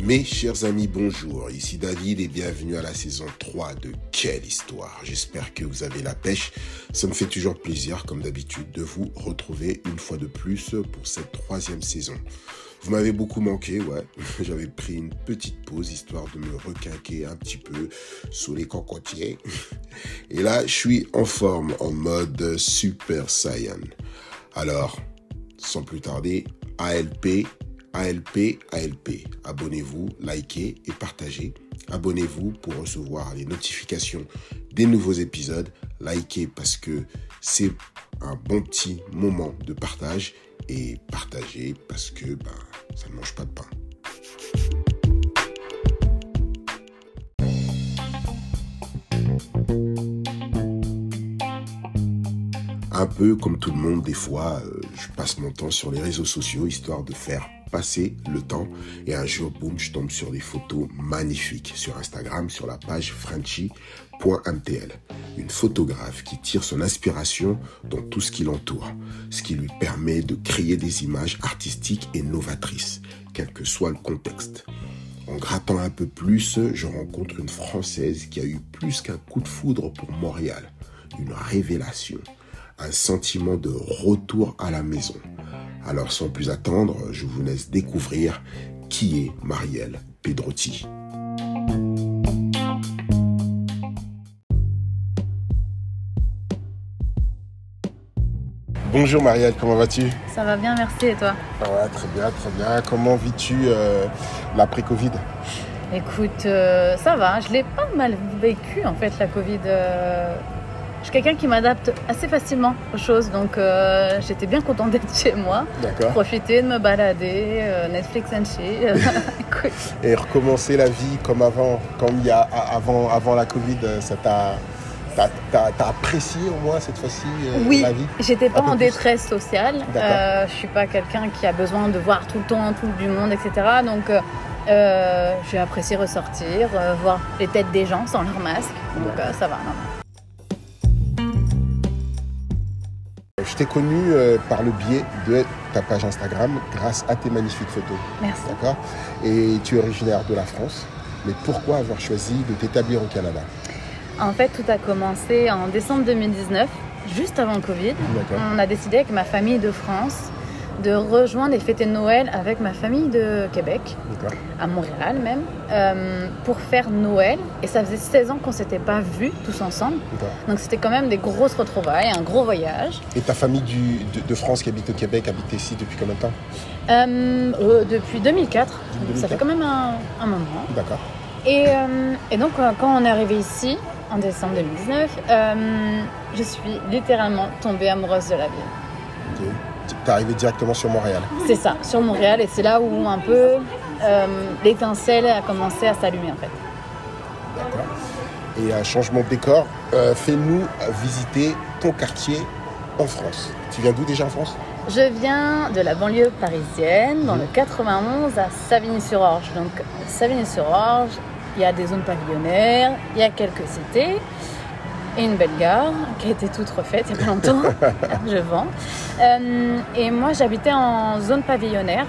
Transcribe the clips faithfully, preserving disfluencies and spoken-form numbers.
Mes chers amis, bonjour, ici David et bienvenue à la saison trois de Quelle Histoire. J'espère que vous avez la pêche. Ça me fait toujours plaisir, comme d'habitude, de vous retrouver une fois de plus pour cette troisième saison. Vous m'avez beaucoup manqué, ouais. J'avais pris une petite pause histoire de me requinquer un petit peu sous les cocotiers. Et là, je suis en forme, en mode Super Saiyan. Alors, sans plus tarder, A L P, A L P, A L P. Abonnez-vous, likez et partagez. Abonnez-vous pour recevoir les notifications des nouveaux épisodes. Likez parce que c'est un bon petit moment de partage. Et partagez parce que ben, ça ne mange pas de pain. Un peu comme tout le monde, des fois, euh, je passe mon temps sur les réseaux sociaux histoire de faire passer le temps. Et un jour, boum, je tombe sur des photos magnifiques sur Instagram, sur la page frenchy point m t l. Une photographe qui tire son inspiration dans tout ce qui l'entoure, ce qui lui permet de créer des images artistiques et novatrices, quel que soit le contexte. En grattant un peu plus, je rencontre une Française qui a eu plus qu'un coup de foudre pour Montréal, une révélation, un sentiment de retour à la maison. Alors sans plus attendre, je vous laisse découvrir qui est Marielle Pedrotti. Bonjour Marielle, comment vas-tu? Ça va bien, merci, et toi? Ça va très bien, très bien. Comment vis-tu euh, l'après-Covid? Écoute, euh, ça va, je l'ai pas mal vécu en fait la Covid. Euh... Je suis quelqu'un qui m'adapte assez facilement aux choses, donc euh, j'étais bien contente d'être chez moi, D'accord. Profiter de me balader, euh, Netflix and chill. Écoute. Et recommencer la vie comme avant, comme il y a avant, avant la Covid, ça t'a, t'as, t'as, t'as apprécié au moins cette fois-ci euh, oui, la vie? Oui, j'étais pas en plus. détresse sociale, euh, je suis pas quelqu'un qui a besoin de voir tout le temps tout du monde, et cetera. Donc euh, j'ai apprécié ressortir, euh, voir les têtes des gens sans leur masque, donc euh, ça va. Non. Je t'ai connu euh, par le biais de ta page Instagram grâce à tes magnifiques photos. Merci. D'accord. Et tu es originaire de la France, mais pourquoi avoir choisi de t'établir au Canada? En fait, tout a commencé en décembre deux mille dix-neuf, juste avant le Covid. D'accord. On a décidé avec ma famille de France de rejoindre et fêter Noël avec ma famille de Québec, D'accord. à Montréal même, euh, pour faire Noël. Et ça faisait seize ans qu'on ne s'était pas vus tous ensemble. D'accord. Donc c'était quand même des grosses retrouvailles, un gros voyage. Et ta famille du, de, de France qui habite au Québec habite ici depuis combien de temps? euh, euh, Depuis deux mille quatre, deux mille quatre. Ça fait quand même un, un moment. D'accord. Et, euh, et donc quand on est arrivé ici, en décembre deux mille dix-neuf, euh, je suis littéralement tombée amoureuse de la ville. Ok. T'es arrivé directement sur Montréal? C'est ça, sur Montréal, et c'est là où un peu euh, l'étincelle a commencé à s'allumer en fait. D'accord. Et un changement de décor, euh, fais-nous visiter ton quartier en France. Tu viens d'où déjà en France? Je viens de la banlieue parisienne, dans mmh. le quatre-vingt-onze, à Savigny-sur-Orge. Donc Savigny-sur-Orge, il y a des zones pavillonnaires, il y a quelques cités. Et une belle gare qui a été toute refaite il y a pas longtemps. Je vends. Euh, et moi, j'habitais en zone pavillonnaire.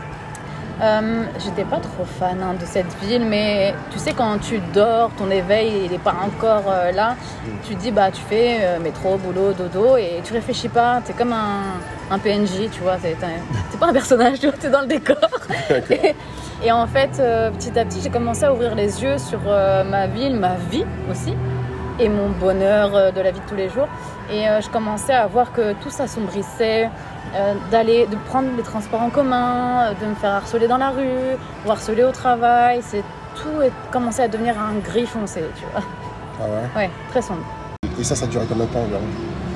Euh, j'étais pas trop fan hein, de cette ville, mais tu sais, quand tu dors, ton éveil il n'est pas encore euh, là. Tu te dis, bah, tu fais euh, métro, boulot, dodo, et tu réfléchis pas. T'es comme un, un P N J, tu vois. T'es, t'es pas un personnage, tu vois, t'es dans le décor. et, et en fait, euh, petit à petit, j'ai commencé à ouvrir les yeux sur euh, ma ville, ma vie aussi. Et mon bonheur de la vie de tous les jours. Et euh, je commençais à voir que tout s'assombrissait, euh, d'aller, de prendre les transports en commun, de me faire harceler dans la rue, ou harceler au travail. C'est, tout est commencé à devenir un gris foncé, tu vois. Ah ouais? Ouais, très sombre. Et ça, ça a duré combien de temps environ?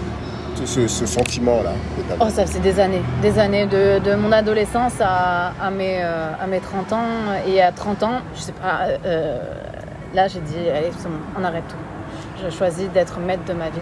Ce, ce sentiment-là? Oh, ça faisait des années. Des années de, de mon adolescence à, à, mes, euh, à mes trente ans. Et à trente ans, je sais pas, euh, là j'ai dit, allez, c'est bon, on arrête tout. J'ai choisi d'être maître de ma vie.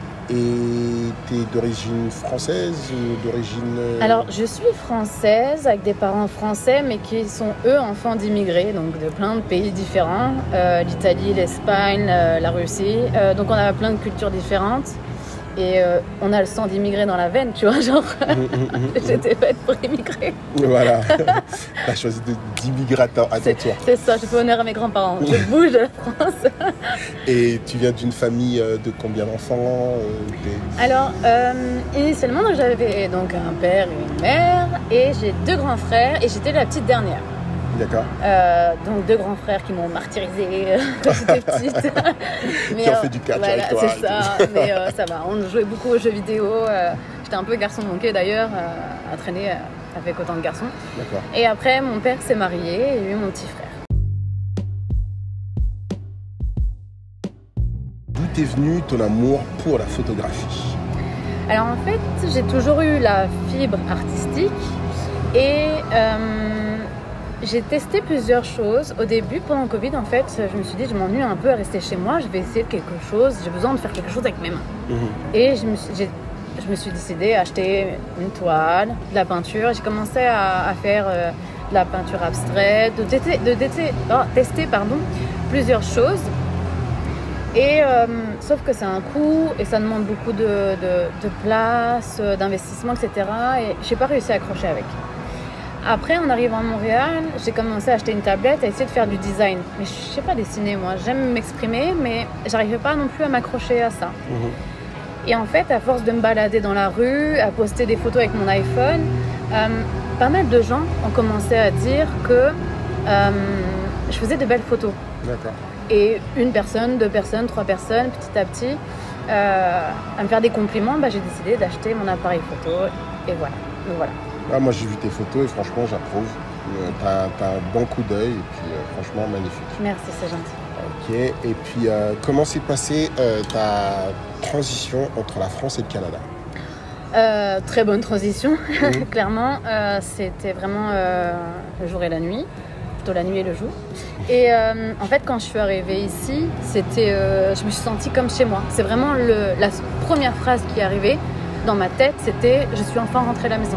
Et tu es d'origine française ou d'origine... Alors, je suis française, avec des parents français, mais qui sont, eux, enfants d'immigrés, donc de plein de pays différents. Euh, L'Italie, l'Espagne, euh, la Russie. Euh, donc, on a plein de cultures différentes. Et euh, on a le sang d'immigré dans la veine, tu vois, genre, mmh, mmh, j'étais faite pour immigrer. Voilà, tu as choisi d'immigrer à ton tour. C'est ça, je fais honneur à mes grands-parents, je bouge de la France. Et tu viens d'une famille de combien d'enfants? Alors, euh, initialement, j'avais donc un père et une mère, et j'ai deux grands frères, et j'étais la petite dernière. D'accord. Euh, donc deux grands frères qui m'ont martyrisée quand j'étais petite. Mais, qui ont euh, fait du catch voilà, avec toi. C'est ça, mais euh, ça va. On jouait beaucoup aux jeux vidéo. Euh, j'étais un peu garçon manqué d'ailleurs, euh, à traîner avec autant de garçons. D'accord. Et après, mon père s'est marié et il y a eu mon petit frère. D'où t'es venu ton amour pour la photographie? Alors en fait, j'ai toujours eu la fibre artistique et... Euh, j'ai testé plusieurs choses. Au début, pendant le Covid, en fait, je me suis dit, je m'ennuie un peu à rester chez moi, je vais essayer de quelque chose, j'ai besoin de faire quelque chose avec mes mains. Mmh. Et je me, suis, j'ai, je me suis décidée à acheter une toile, de la peinture. J'ai commencé à, à faire euh, de la peinture abstraite, de, tester, de tester, oh, tester pardon, plusieurs choses. Et euh, sauf que c'est un coût et ça demande beaucoup de, de, de place, d'investissement, et cetera. Et je n'ai pas réussi à accrocher avec. Après, en arrivant à Montréal, j'ai commencé à acheter une tablette, à essayer de faire du design. Mais je ne sais pas dessiner, moi. J'aime m'exprimer, mais j'arrivais pas non plus à m'accrocher à ça. Mmh. Et en fait, à force de me balader dans la rue, à poster des photos avec mon iPhone, euh, pas mal de gens ont commencé à dire que euh, je faisais de belles photos. D'accord. Et une personne, deux personnes, trois personnes, petit à petit, euh, à me faire des compliments, bah, j'ai décidé d'acheter mon appareil photo. Et voilà. Donc, voilà. Ah, moi j'ai vu tes photos et franchement j'approuve. Euh, t'as, t'as un bon coup d'œil et puis euh, franchement magnifique. Merci, c'est gentil. Ok, et puis euh, comment s'est passée euh, ta transition entre la France et le Canada? euh, Très bonne transition, mmh. Clairement. Euh, c'était vraiment euh, le jour et la nuit, plutôt la nuit et le jour. Et euh, en fait quand je suis arrivée ici, c'était, euh, je me suis sentie comme chez moi. C'est vraiment le, la première phrase qui est arrivée dans ma tête, c'était « je suis enfin rentrée à la maison ».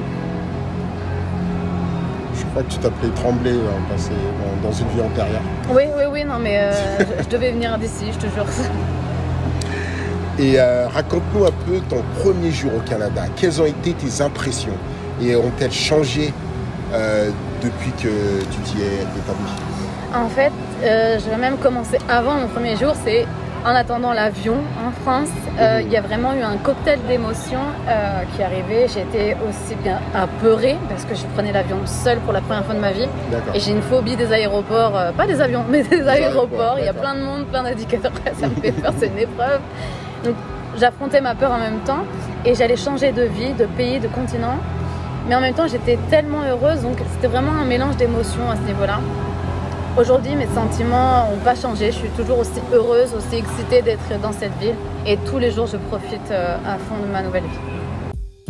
Que tu t'appelais Tremblay hein, passé dans, dans une vie antérieure. Oui, oui, oui, non, mais euh, je, je devais venir d'ici, je te jure. Et euh, raconte-nous un peu ton premier jour au Canada. Quelles ont été tes impressions et ont-elles changé euh, depuis que tu t'y es établi? En fait, euh, je vais même commencer avant mon premier jour, c'est en attendant l'avion en France. Euh, il y a vraiment eu un cocktail d'émotions euh, qui est arrivé. J'ai été aussi bien apeurée parce que je prenais l'avion seule pour la première fois de ma vie. D'accord. Et j'ai une phobie des aéroports, euh, pas des avions, mais des, des aéroports. Il y a plein de monde, plein d'indicateurs, ça me fait peur, c'est une épreuve. Donc j'affrontais ma peur en même temps et j'allais changer de vie, de pays, de continent. Mais en même temps, j'étais tellement heureuse, donc c'était vraiment un mélange d'émotions à ce niveau-là. Aujourd'hui, mes sentiments n'ont pas changé. Je suis toujours aussi heureuse, aussi excitée d'être dans cette ville. Et tous les jours, je profite à fond de ma nouvelle vie.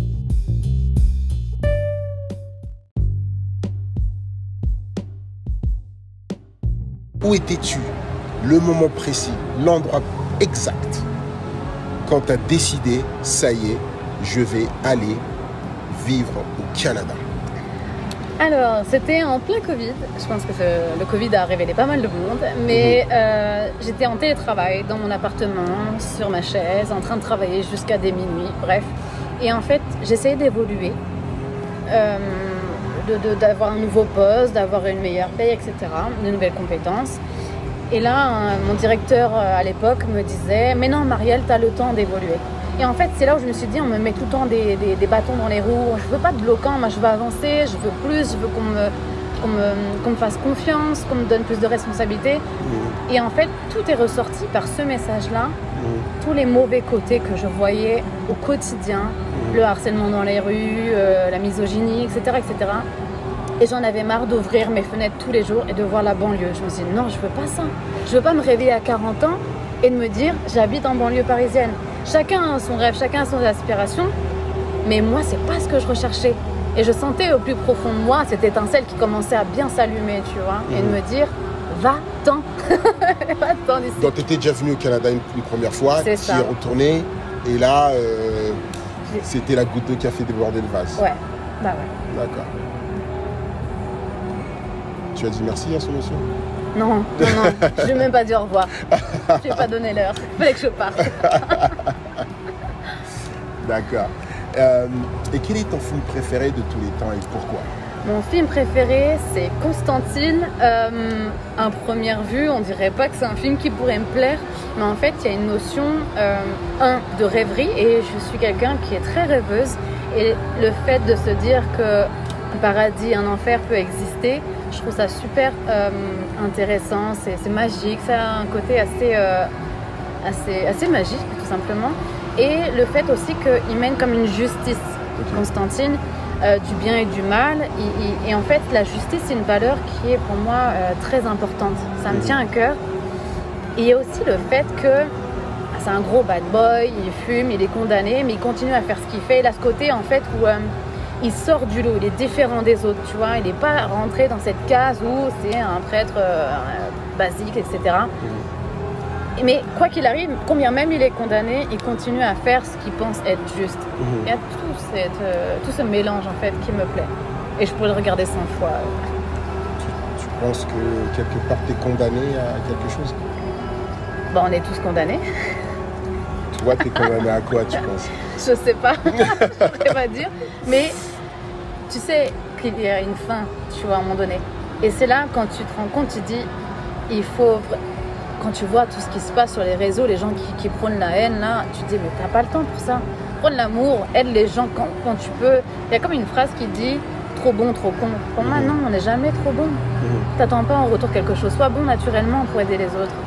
Où étais-tu? Le moment précis, l'endroit exact, quand tu as décidé, ça y est, je vais aller vivre au Canada? Alors, c'était en plein Covid. Je pense que le Covid a révélé pas mal de monde. Mais mmh. euh, j'étais en télétravail dans mon appartement, sur ma chaise, en train de travailler jusqu'à des minuit, bref. Et en fait, j'essayais d'évoluer, euh, de, de, d'avoir un nouveau poste, d'avoir une meilleure paye, et cetera, de nouvelles compétences. Et là, un, mon directeur à l'époque me disait « Mais non, Marielle, tu as le temps d'évoluer ». Et en fait, c'est là où je me suis dit, on me met tout le temps des, des, des bâtons dans les roues. Je veux pas de bloquant, moi je veux avancer, je veux plus, je veux qu'on me, qu'on me, qu'on me fasse confiance, qu'on me donne plus de responsabilités. Mmh. Et en fait, tout est ressorti par ce message-là. Mmh. Tous les mauvais côtés que je voyais au quotidien, mmh. le harcèlement dans les rues, euh, la misogynie, et cetera, et cetera. Et j'en avais marre d'ouvrir mes fenêtres tous les jours et de voir la banlieue. Je me suis dit, non, je veux pas ça. Je veux pas me réveiller à quarante ans et de me dire, j'habite en banlieue parisienne. Chacun a son rêve, chacun a son aspiration, mais moi, c'est pas ce que je recherchais. Et je sentais au plus profond de moi cette étincelle qui commençait à bien s'allumer, tu vois, mmh. et de me dire, va-t'en, va-t'en d'ici. Donc, tu étais déjà venu au Canada une, une première fois, tu y es retourné, et là, euh, c'était la goutte de café déborder le vase. Ouais, bah ouais. D'accord. Tu as dit merci à ce monsieur? Non, non, non, je ne lui ai même pas dit au revoir. Je ne lui ai pas donné l'heure. Il fallait que je parte. D'accord. Euh, et quel est ton film préféré de tous les temps et pourquoi? Mon film préféré, c'est Constantine. Euh, à première vue, on dirait pas que c'est un film qui pourrait me plaire, mais en fait, il y a une notion, euh, un, de rêverie, et je suis quelqu'un qui est très rêveuse. Et le fait de se dire qu'un paradis, un enfer peut exister, je trouve ça super euh, intéressant, c'est, c'est magique, ça a un côté assez, euh, assez, assez magique, tout simplement. Et le fait aussi qu'il mène comme une justice, okay. Constantine. Euh, du bien et du mal et, et, et en fait la justice c'est une valeur qui est pour moi euh, très importante, ça me tient à cœur. Et il y a aussi le fait que c'est un gros bad boy, il fume, il est condamné mais il continue à faire ce qu'il fait. Il a ce côté en fait où euh, il sort du lot, il est différent des autres, tu vois, il n'est pas rentré dans cette case où c'est un prêtre euh, basique, etc. Mais quoi qu'il arrive, combien même il est condamné, il continue à faire ce qu'il pense être juste. Mmh. Il y a tout, cette, euh, tout ce mélange en fait qui me plaît. Et je pourrais le regarder cent fois. Tu, tu penses que quelque part tu es condamné à quelque chose? Bah, on est tous condamnés. Toi, tu es condamné à quoi, tu penses? Je sais pas, je ne pourrais pas dire. Mais tu sais qu'il y a une fin, tu vois, à un moment donné. Et c'est là, quand tu te rends compte, tu dis, il faut... Quand tu vois tout ce qui se passe sur les réseaux, les gens qui, qui prônent la haine, là, tu te dis, mais t'as pas le temps pour ça. Prône l'amour, aide les gens quand, quand tu peux. Il y a comme une phrase qui dit, trop bon, trop con. Pour moi, non, on n'est jamais trop bon. Mmh. T'attends pas en retour quelque chose. Sois bon naturellement pour aider les autres.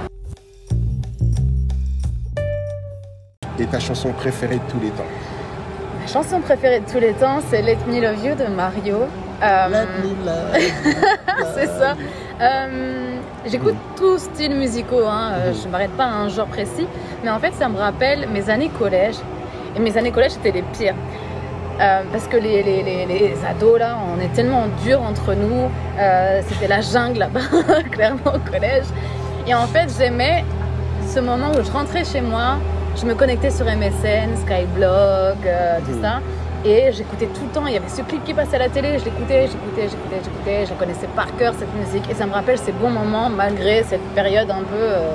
Et ta chanson préférée de tous les temps? Ma chanson préférée de tous les temps, c'est Let Me Love You de Mario. Euh... Let me love. C'est ça. Euh... J'écoute mmh. tous styles musicaux, hein. euh, mmh. je ne m'arrête pas à un genre précis, mais en fait ça me rappelle mes années collège, et mes années collège c'était les pires, euh, parce que les, les, les, les ados là, on est tellement durs entre nous, euh, c'était la jungle là-bas, clairement au collège, et en fait j'aimais ce moment où je rentrais chez moi, je me connectais sur M S N, Skyblog, euh, tout mmh. ça, et j'écoutais tout le temps, il y avait ce clip qui passait à la télé, je l'écoutais, j'écoutais, j'écoutais, j'écoutais, je connaissais par cœur cette musique et ça me rappelle ces bons moments malgré cette période un peu... Euh...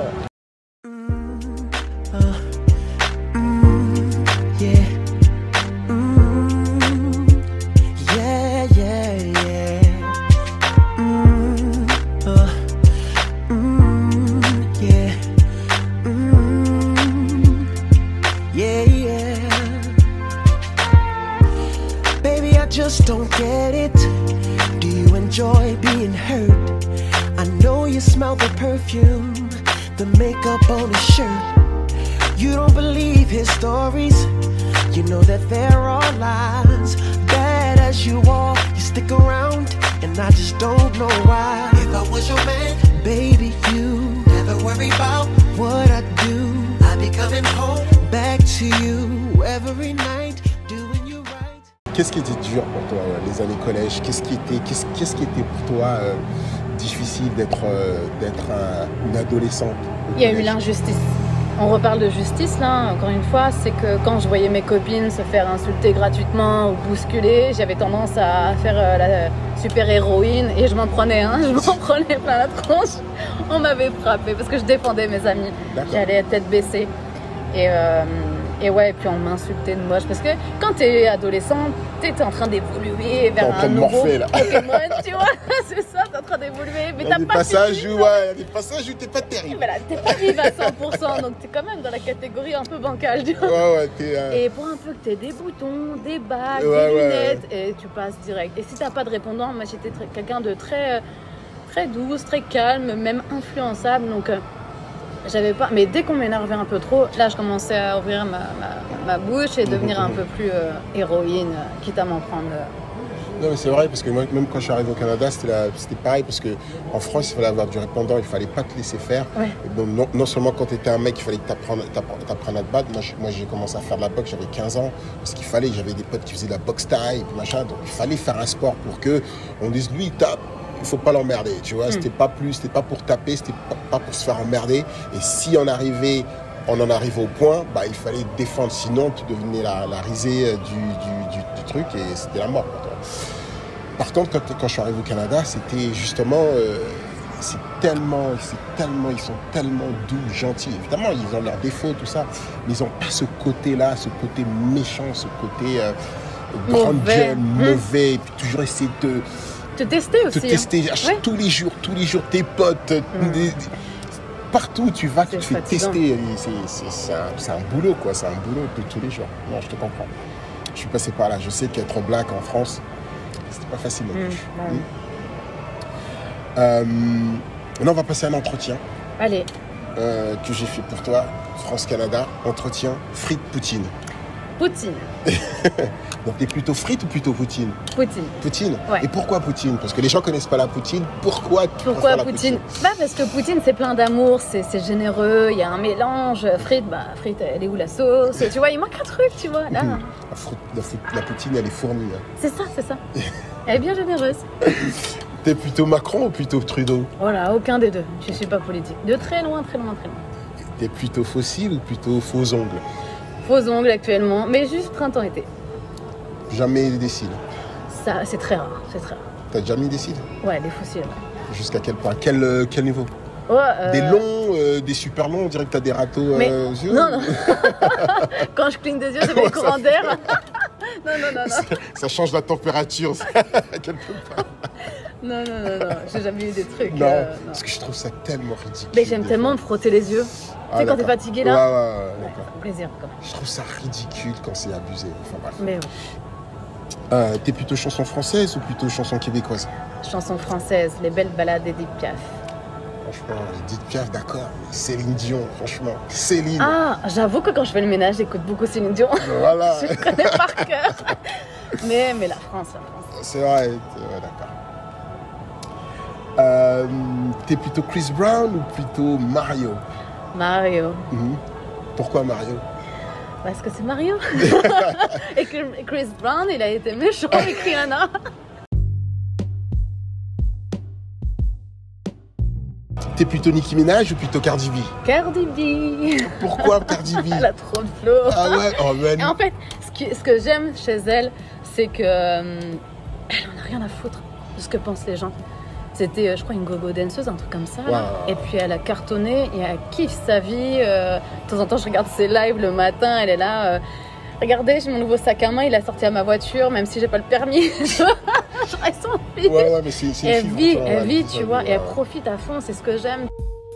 Just don't get it. Do you enjoy being hurt? I know you smell the perfume, the makeup on his shirt. You don't believe his stories. You know that there are lies. Bad as you are, you stick around, and I just don't know why. If I was your man, baby, you never worry about what I do. I'd be coming home back to you every night. Qu'est-ce qui était dur pour toi, les années collège? Qu'est-ce qui était, qu'est-ce, qu'est-ce qui était pour toi euh, difficile d'être, euh, d'être un, une adolescente? Il y a eu l'injustice. On reparle de justice là, encore une fois, c'est que quand je voyais mes copines se faire insulter gratuitement ou bousculer, j'avais tendance à faire euh, la super héroïne et je m'en prenais un, hein, je m'en prenais plein la tronche. On m'avait frappé parce que je défendais mes amis. D'accord. J'allais tête baissée. Et, euh, et ouais, et puis on m'insultait de moche parce que quand t'es adolescent, t'es en train d'évoluer vers un nouveau morphée, là. Pokémon, tu vois, c'est ça, t'es en train d'évoluer, mais t'as des pas passages fini, où, ouais, des passages où t'es pas terrible. Voilà, t'es pas vive à cent pour cent, donc t'es quand même dans la catégorie un peu bancale, tu vois. Ouais, ouais, t'es... Euh... Et pour un peu que t'aies des boutons, des bagues, ouais, des ouais, lunettes, ouais. et tu passes direct. Et si t'as pas de répondant, moi j'étais très, quelqu'un de très, très douce, très calme, même influençable, donc... Euh, J'avais pas, mais dès qu'on m'énervait un peu trop, là je commençais à ouvrir ma, ma, ma bouche et devenir un peu plus euh, héroïne, quitte à m'en prendre. Euh... Non mais c'est vrai parce que moi, même quand je suis arrivé au Canada, c'était, la, c'était pareil parce qu'en France il fallait avoir du répondant, il fallait pas te laisser faire. Ouais. Donc, non, non seulement quand tu étais un mec, il fallait que tu apprennes à te battre. Moi, je, moi j'ai commencé à faire de la boxe, j'avais quinze ans, parce qu'il fallait, j'avais des potes qui faisaient de la boxe taille, et puis machin, donc il fallait faire un sport pour que on dise lui il tape. Il faut pas l'emmerder, tu vois, mm. c'était pas plus, c'était pas pour taper, c'était pas, pas pour se faire emmerder. Et si on arrivait, on en arrivait au point, bah il fallait défendre, sinon tu devenais la, la risée du, du, du, du truc et c'était la mort pour toi. Par contre, quand, quand je suis arrivé au Canada, c'était justement, euh, c'est tellement, c'est tellement, ils sont tellement doux, gentils. Évidemment, ils ont leurs défauts, tout ça, mais ils n'ont pas ce côté-là, ce côté méchant, ce côté euh, grande gueule, mauvais, et puis toujours essayer de te, te tester aussi. Te tester hein. ouais. tous les jours, tous les jours, tes potes, mmh. des, des, partout où tu vas, tu te fais fatigant. tester. C'est, c'est, c'est, un, c'est un boulot, quoi, c'est un boulot de tous les jours. Non, je te comprends. Je suis passé par là. Je sais qu'être black en France, c'était pas facile non plus. Mmh, bah oui. mmh. euh, Maintenant, on va passer à un entretien. Allez. Euh, que j'ai fait pour toi, France-Canada. Entretien frites Poutine. Poutine. Donc, t'es plutôt frites ou plutôt Poutine? Poutine. Poutine ouais. Et pourquoi Poutine? Parce que les gens connaissent pas la Poutine. Pourquoi tu Pourquoi la Poutine, Poutine Bah parce que Poutine, c'est plein d'amour, c'est, c'est généreux, il y a un mélange. Frites, bah frites, elle est où la sauce? Tu vois, il manque un truc, tu vois. Là. la, fruit, la, fruit, la Poutine, elle est fournie. Hein. C'est ça, c'est ça. Elle est bien généreuse. T'es plutôt Macron ou plutôt Trudeau? Voilà, aucun des deux. Je suis pas politique. De très loin, très loin, très loin. T'es plutôt fossile ou plutôt faux ongles? Faux ongles actuellement, mais juste printemps-été. Jamais des cils? Ça, c'est très rare, c'est très rare. T'as déjà mis des cils? Ouais, des fossiles, ouais. Jusqu'à quel point? Quel, euh, quel niveau? Ouais, euh... Des longs, euh, des super longs, on dirait que t'as des râteaux mais... euh, aux yeux? Non, non. Quand je cligne des yeux, j'ai mes courants d'air. Non, non, non, non. Ça, ça change la température, quelque part. Non, non, non, non, j'ai jamais eu des trucs. Non, euh, non. parce que je trouve ça tellement ridicule. Mais j'aime tellement me frotter les yeux. Ah, tu sais, quand t'es fatigué là. Ouais, ouais, ouais, d'accord. Ouais, plaisir, quand même. Je trouve ça ridicule quand c'est abusé. Enfin, bref. Mais ouais. Euh, t'es plutôt chanson française ou plutôt chanson québécoise? Chanson française, les belles balades d'Edith Piaf. Franchement, Edith Piaf, d'accord. Céline Dion, franchement. Céline. Ah, j'avoue que quand je fais le ménage, j'écoute beaucoup Céline Dion. Voilà. Je connais par cœur. mais, mais la France, la France. C'est vrai, c'est vrai, d'accord. Euh, t'es plutôt Chris Brown ou plutôt Mario? Mario. Mm-hmm. Pourquoi Mario? Parce que c'est Mario. Et que Chris Brown, il a été méchant avec Rihanna. T'es plutôt Nicki Minaj ou plutôt Cardi B? Cardi B. Pourquoi Cardi B? Elle a trop de flow. Ah ouais, oh man. Et en fait, ce, qui, ce que j'aime chez elle, c'est que euh, elle en a rien à foutre de ce que pensent les gens. C'était, je crois, une go-go danseuse, un truc comme ça. Wow. Et puis elle a cartonné et elle kiffe sa vie. Euh, de temps en temps, je regarde ses lives le matin. Elle est là. Euh, Regardez, j'ai mon nouveau sac à main. Il a sorti à ma voiture, même si j'ai pas le permis. je reste son fils. Ouais, ouais, mais c'est, c'est elle une vit, fille, elle ouais, vit, ça, tu vois, ouais. et elle profite à fond. C'est ce que j'aime.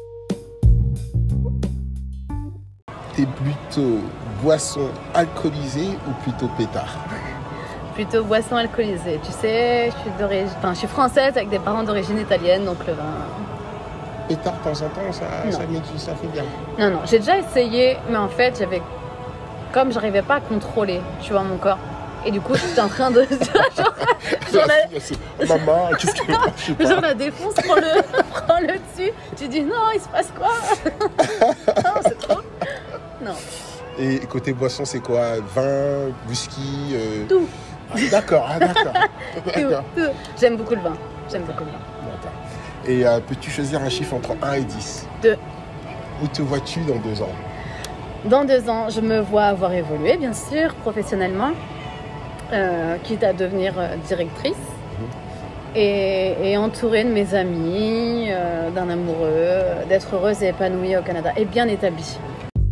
T'es plutôt boisson alcoolisée ou plutôt pétard? Plutôt boisson alcoolisée. Tu sais, je suis d'origine, enfin, je suis française avec des parents d'origine italienne, donc le vin. Pétard de temps en temps, ça, ça, ça fait bien. Non, non, j'ai déjà essayé, mais en fait, j'avais, comme j'arrivais pas à contrôler, tu vois, mon corps. Et du coup, j'étais en train de, genre, genre la... Maman, qu'est-ce qu'elle marche pas? Genre la défonce, prends le, prends le dessus. Tu dis non, il se passe quoi? Non, c'est trop. Non. Et côté boisson, c'est quoi? Vin, whisky euh... Tout. Ah, d'accord, ah, d'accord. d'accord. Tout, tout. J'aime beaucoup le vin. J'aime beaucoup le vin. D'accord. Et euh, peux-tu choisir un chiffre entre un et dix? deux. Où te vois-tu dans deux ans? Dans deux ans, je me vois avoir évolué, bien sûr, professionnellement, euh, quitte à devenir euh, directrice, mmh. et, et entourée de mes amis, euh, d'un amoureux, d'être heureuse et épanouie au Canada, et bien établie.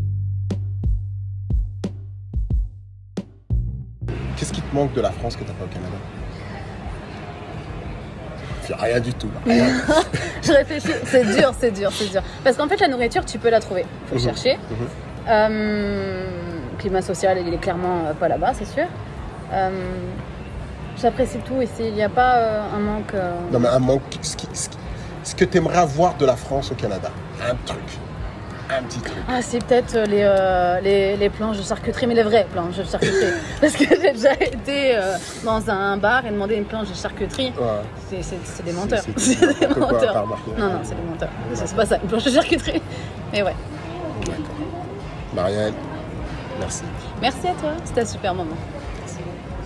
Qu'est-ce qui te manque de la France que tu n'as pas au Canada? Rien du tout. Rien. Je réfléchis, c'est dur, c'est dur, c'est dur. Parce qu'en fait, la nourriture, tu peux la trouver. Il faut mmh. chercher. Mmh. Euh, climat social, il est clairement euh, pas là-bas, c'est sûr. Euh, j'apprécie tout ici. Il n'y a pas euh, un manque. Euh... Non, mais un manque. Ce, qui, ce, qui, ce que tu aimerais avoir de la France au Canada. Un truc. Un petit truc. Ah, c'est peut-être les, euh, les, les planches de charcuterie, mais les vraies planches de charcuterie. Parce que j'ai déjà été euh, dans un bar et demandé une planche de charcuterie. Ouais. C'est, c'est, c'est des menteurs. C'est, c'est, c'est des menteurs. Non, non, c'est des menteurs. C'est, c'est pas ça, une planche de charcuterie. Mais ouais. D'accord. Marielle, merci. Merci à toi, c'était un super moment. Merci.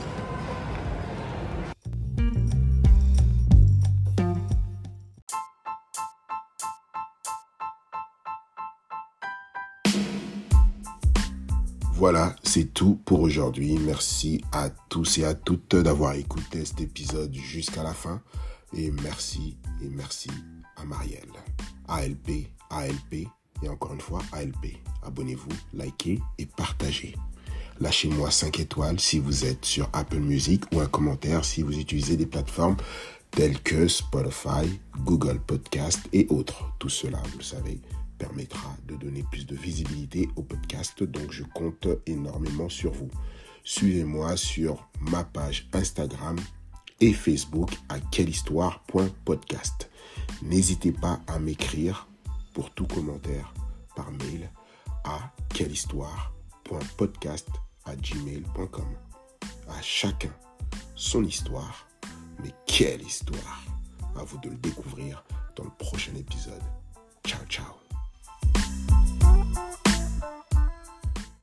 Voilà, c'est tout pour aujourd'hui. Merci à tous et à toutes d'avoir écouté cet épisode jusqu'à la fin. Et merci, et merci à Marielle. A L P, A L P, et encore une fois, A L P. Abonnez-vous, likez et partagez. Lâchez-moi cinq étoiles si vous êtes sur Apple Music ou un commentaire si vous utilisez des plateformes telles que Spotify, Google Podcast et autres. Tout cela, vous le savez, permettra de donner plus de visibilité au podcast, donc je compte énormément sur vous. Suivez-moi sur ma page Instagram et Facebook à quellehistoire point podcast. N'hésitez pas à m'écrire pour tout commentaire par mail à quellehistoire point podcast à gmail point com. À chacun son histoire, mais quelle histoire! À vous de le découvrir dans le prochain épisode. Ciao, ciao!